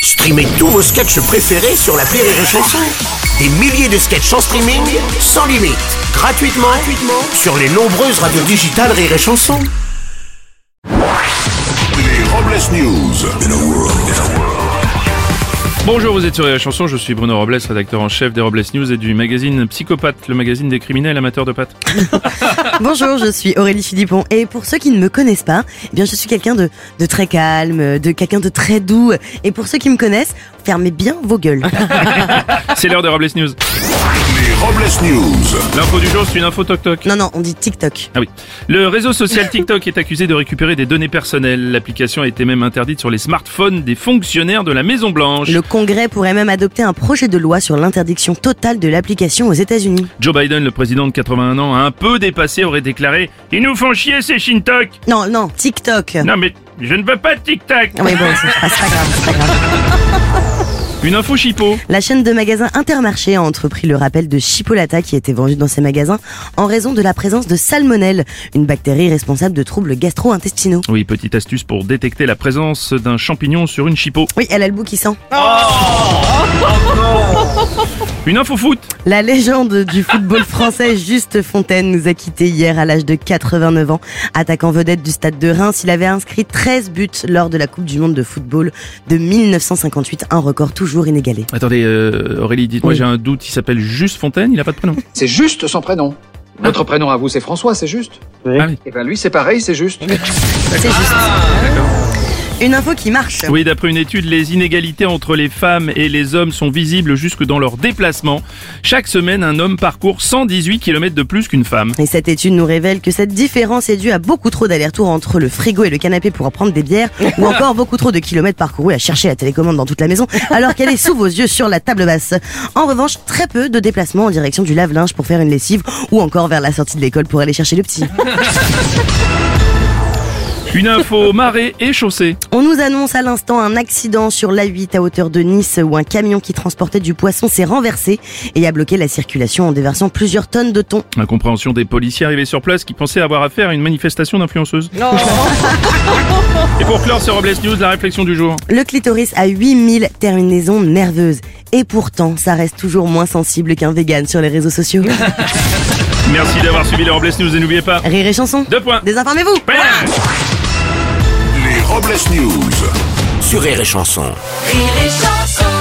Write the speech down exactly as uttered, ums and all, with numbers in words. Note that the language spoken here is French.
Streamez tous vos sketchs préférés sur l'appli Rire et Chanson. Des milliers de sketchs en streaming, sans limite, gratuitement, gratuitement sur les nombreuses radios digitales Rire et Chanson. Les Robles News. Bonjour, vous êtes sur la chanson, je suis Bruno Robles, rédacteur en chef des Robles News et du magazine Psychopathe, le magazine des criminels amateurs de pâtes. Bonjour, je suis Aurélie Philippon et pour ceux qui ne me connaissent pas, eh bien je suis quelqu'un de, de très calme, de quelqu'un de très doux et pour ceux qui me connaissent, fermez bien vos gueules. C'est l'heure des Robles News. Les Robles News. L'info du jour, c'est une info toc-toc. Non, non, on dit TikTok. Ah oui. Le réseau social TikTok est accusé de récupérer des données personnelles. L'application a été même interdite sur les smartphones des fonctionnaires de la Maison Blanche. Le Congrès pourrait même adopter un projet de loi sur l'interdiction totale de l'application aux États-Unis. Joe Biden, le président de quatre-vingt-un ans, un peu dépassé, aurait déclaré « Ils nous font chier ces Shintok !» Non, non, TikTok. Non mais je ne veux pas de TikTok. Oui, bon, c'est pas, c'est pas grave, c'est pas grave. Une info chipot. La chaîne de magasins Intermarché a entrepris le rappel de Chipolata qui était vendu dans ses magasins en raison de la présence de salmonelle, une bactérie responsable de troubles gastro-intestinaux. Oui, petite astuce pour détecter la présence d'un champignon sur une chipot. Oui, elle a le bout qui sent. Une info foot. La légende du football français Juste Fontaine nous a quittés hier à l'âge de quatre-vingt-neuf ans. Attaquant vedette du stade de Reims, il avait inscrit treize buts lors de la Coupe du Monde de football de mille neuf cent cinquante-huit, un record toujours inégalé. Attendez, euh, Aurélie, dites-moi, Oui. j'ai un doute, il s'appelle Juste Fontaine, il a pas de prénom. C'est juste son prénom. Votre prénom à vous, c'est François, c'est juste. Ah oui. Et ben lui, c'est pareil, c'est juste. C'est juste. Une info qui marche. Oui, d'après une étude, les inégalités entre les femmes et les hommes sont visibles jusque dans leurs déplacements. Chaque semaine, un homme parcourt cent dix-huit kilomètres de plus qu'une femme. Et cette étude nous révèle que cette différence est due à beaucoup trop d'allers-retours entre le frigo et le canapé pour prendre des bières, ou encore beaucoup trop de kilomètres parcourus à chercher la télécommande dans toute la maison, alors qu'elle est sous vos yeux sur la table basse. En revanche, très peu de déplacements en direction du lave-linge pour faire une lessive, ou encore vers la sortie de l'école pour aller chercher le petit. Une info marée et chaussée. On nous annonce à l'instant un accident sur l'A huit à hauteur de Nice où un camion qui transportait du poisson s'est renversé et a bloqué la circulation en déversant plusieurs tonnes de thon. Incompréhension des policiers arrivés sur place qui pensaient avoir affaire à une manifestation d'influenceuses. Non. Et pour clore ce Robles News, la réflexion du jour. Le clitoris a huit mille terminaisons nerveuses. Et pourtant, ça reste toujours moins sensible qu'un vegan sur les réseaux sociaux. Merci d'avoir suivi les Robles News et n'oubliez pas... Rire et chanson. Deux points. Désinformez-vous. Les Robles News. Sur Rire et Chanson. Rire et chanson.